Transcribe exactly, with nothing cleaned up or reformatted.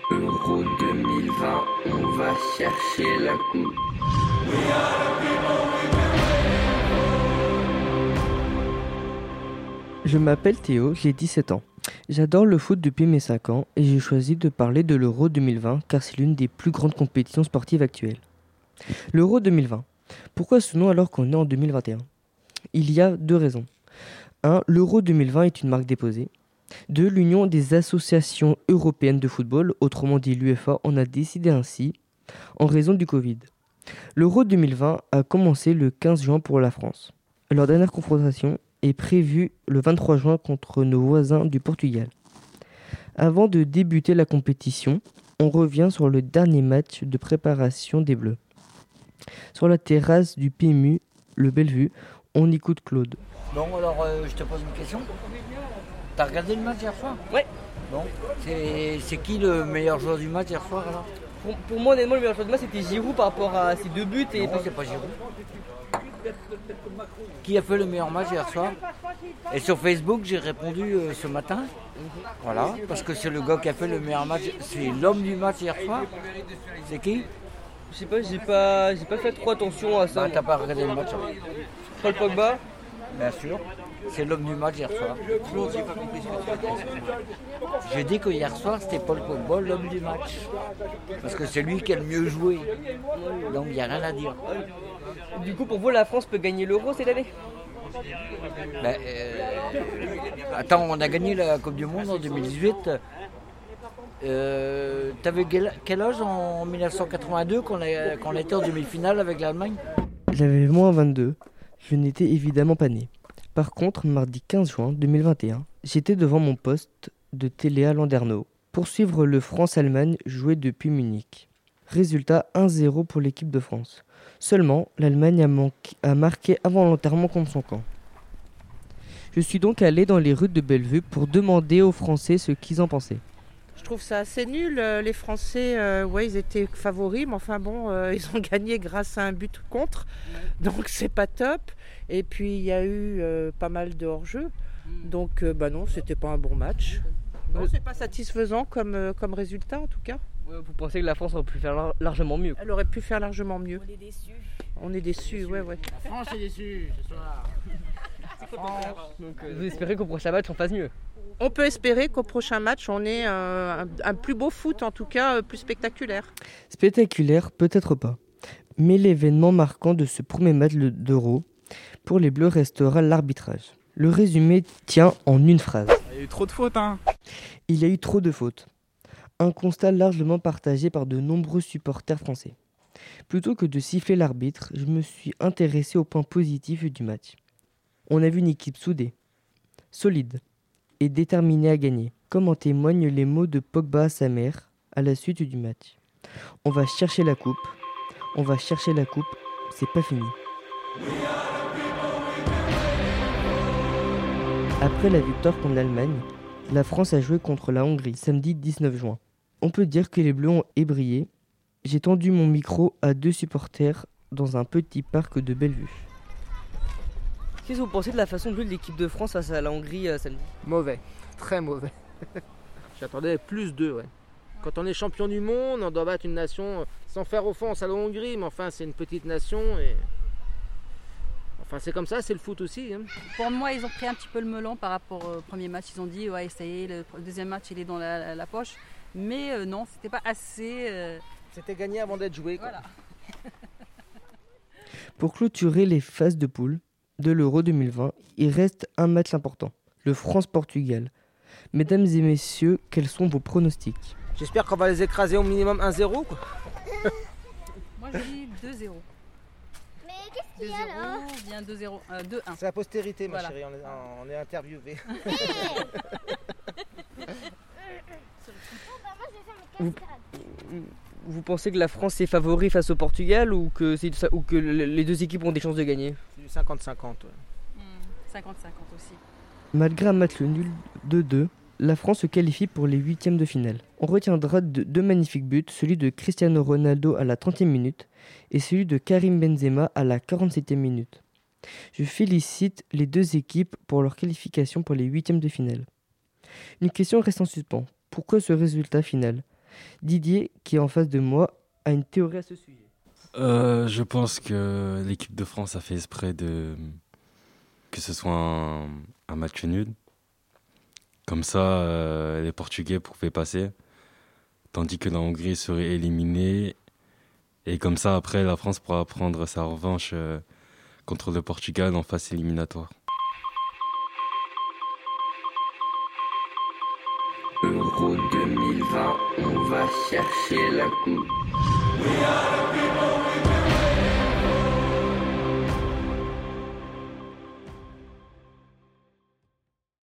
Euro deux mille vingt, on va chercher la coupe. Je m'appelle Théo, j'ai dix-sept ans. J'adore le foot depuis mes cinq ans et j'ai choisi de parler de l'Euro deux mille vingt car c'est l'une des plus grandes compétitions sportives actuelles. L'Euro deux mille vingt. Pourquoi ce nom alors qu'on est en deux mille vingt et un ? Il y a deux raisons. un. L'Euro deux mille vingt est une marque déposée. deux. L'Union des associations européennes de football, autrement dit l'U F A, en a décidé ainsi en raison du Covid. L'Euro deux mille vingt a commencé le quinze juin pour la France. Leur dernière confrontation est prévue le vingt-trois juin contre nos voisins du Portugal. Avant de débuter la compétition, on revient sur le dernier match de préparation des Bleus. Sur la terrasse du P M U, le Bellevue, on écoute Claude. Bon, alors euh, je te pose une question. T'as regardé le match hier soir ? Ouais. Bon, c'est, c'est qui le meilleur joueur du match hier soir alors ? Pour, pour moi, honnêtement, le meilleur joueur de match, c'était Giroud par rapport à ses deux buts. Et Non, c'est pas Giroud. Qui a fait le meilleur match hier soir ? Et sur Facebook, j'ai répondu euh, ce matin. Voilà, parce que c'est le gars qui a fait le meilleur match. C'est l'homme du match hier soir. C'est qui ? Je sais pas, j'ai pas, j'ai pas fait trop attention à ça. Bah, t'as pas regardé le match hein. Paul Pogba. Bien sûr. C'est l'homme du match hier soir. J'ai dit que hier soir, c'était Paul Pogba, l'homme du match. Parce que c'est lui qui a le mieux joué. Donc il n'y a rien à dire. Du coup, pour vous, la France peut gagner l'Euro cette année ? Ben, euh, attends, on a gagné la Coupe du Monde en deux mille dix-huit. Euh, t'avais quel, quel âge en dix-neuf cent quatre-vingt-deux quand on, a, quand on était en demi-finale avec l'Allemagne ? J'avais moins vingt-deux. Je n'étais évidemment pas né. Par contre, mardi quinze juin deux mille vingt et un, j'étais devant mon poste de télé à Landerneau pour suivre le France-Allemagne jouer depuis Munich. Résultat un zéro pour l'équipe de France. Seulement, l'Allemagne a, manqué, a marqué involontairement contre son camp. Je suis donc allé dans les rues de Bellevue pour demander aux Français ce qu'ils en pensaient. Je trouve ça assez nul. Les Français, euh, ouais, ils étaient favoris, mais enfin bon, euh, ils ont gagné grâce à un but contre. Donc c'est pas top. Et puis il y a eu euh, pas mal de hors-jeu. Donc euh, bah non, c'était pas un bon match. Non, c'est pas satisfaisant comme, euh, comme résultat en tout cas. Vous pensez que la France aurait pu faire lar- largement mieux ? Elle aurait pu faire largement mieux. On est déçus. On est déçus, ouais, ouais. La France est déçue ce soir. Donc, euh, vous espérez qu'au prochain match, on fasse mieux ? On peut espérer qu'au prochain match, on ait un, un, un plus beau foot, en tout cas euh, plus spectaculaire. Spectaculaire, peut-être pas. Mais l'événement marquant de ce premier match d'Euro pour les Bleus restera l'arbitrage. Le résumé tient en une phrase. Il y a eu trop de fautes, hein. Il y a eu trop de fautes. Un constat largement partagé par de nombreux supporters français. Plutôt que de siffler l'arbitre, je me suis intéressé aux points positifs du match. On a vu une équipe soudée, solide et déterminée à gagner, comme en témoignent les mots de Pogba à sa mère à la suite du match. On va chercher la coupe, on va chercher la coupe, c'est pas fini. Après la victoire contre l'Allemagne, la France a joué contre la Hongrie samedi dix-neuf juin. On peut dire que les Bleus ont ébrillé. J'ai tendu mon micro à deux supporters dans un petit parc de Bellevue. Qu'est-ce que vous pensez de la façon de jouer de l'équipe de France face à la Hongrie euh, samedi ? Mauvais, très mauvais. J'attendais plus d'eux, ouais. Quand on est champion du monde, on doit battre une nation sans faire offense à la Hongrie, mais enfin c'est une petite nation et... Enfin c'est comme ça, c'est le foot aussi. Hein. Pour moi, ils ont pris un petit peu le melon par rapport au premier match. Ils ont dit, ouais, ça y est, le deuxième match, il est dans la, la, la poche. Mais euh, non, c'était pas assez... Euh... C'était gagné avant d'être joué. Quoi. Voilà. Pour clôturer les phases de poule de l'Euro deux mille vingt, il reste un match important, le France-Portugal. Mesdames et messieurs, quels sont vos pronostics ? J'espère qu'on va les écraser au minimum un zéro. Quoi. Moi, je dis deux zéro. Mais qu'est-ce qu'il y a là ? deux zéro, bien deux zéro, euh, deux un. C'est la postérité, ma Voilà. chérie, on est, on est interviewé. Vous, vous pensez que la France est favori face au Portugal ou que, c'est, ou que les deux équipes ont des chances de gagner ? C'est du cinquante cinquante. Ouais. Mmh, cinquante cinquante aussi. Malgré un match nul deux deux, la France se qualifie pour les huitièmes de finale. On retiendra de, deux magnifiques buts, celui de Cristiano Ronaldo à la trentième minute et celui de Karim Benzema à la quarante-septième minute. Je félicite les deux équipes pour leur qualification pour les huitièmes de finale. Une question reste en suspens. Pourquoi ce résultat final ? Didier, qui est en face de moi, a une théorie à ce sujet. Euh, je pense que l'équipe de France a fait exprès de que ce soit un, un match nul. Comme ça, euh, les Portugais pouvaient passer, tandis que la Hongrie serait éliminée. Et comme ça, après, la France pourra prendre sa revanche euh, contre le Portugal en phase éliminatoire. Euro deux mille vingt, on va chercher la coupe. We are the people.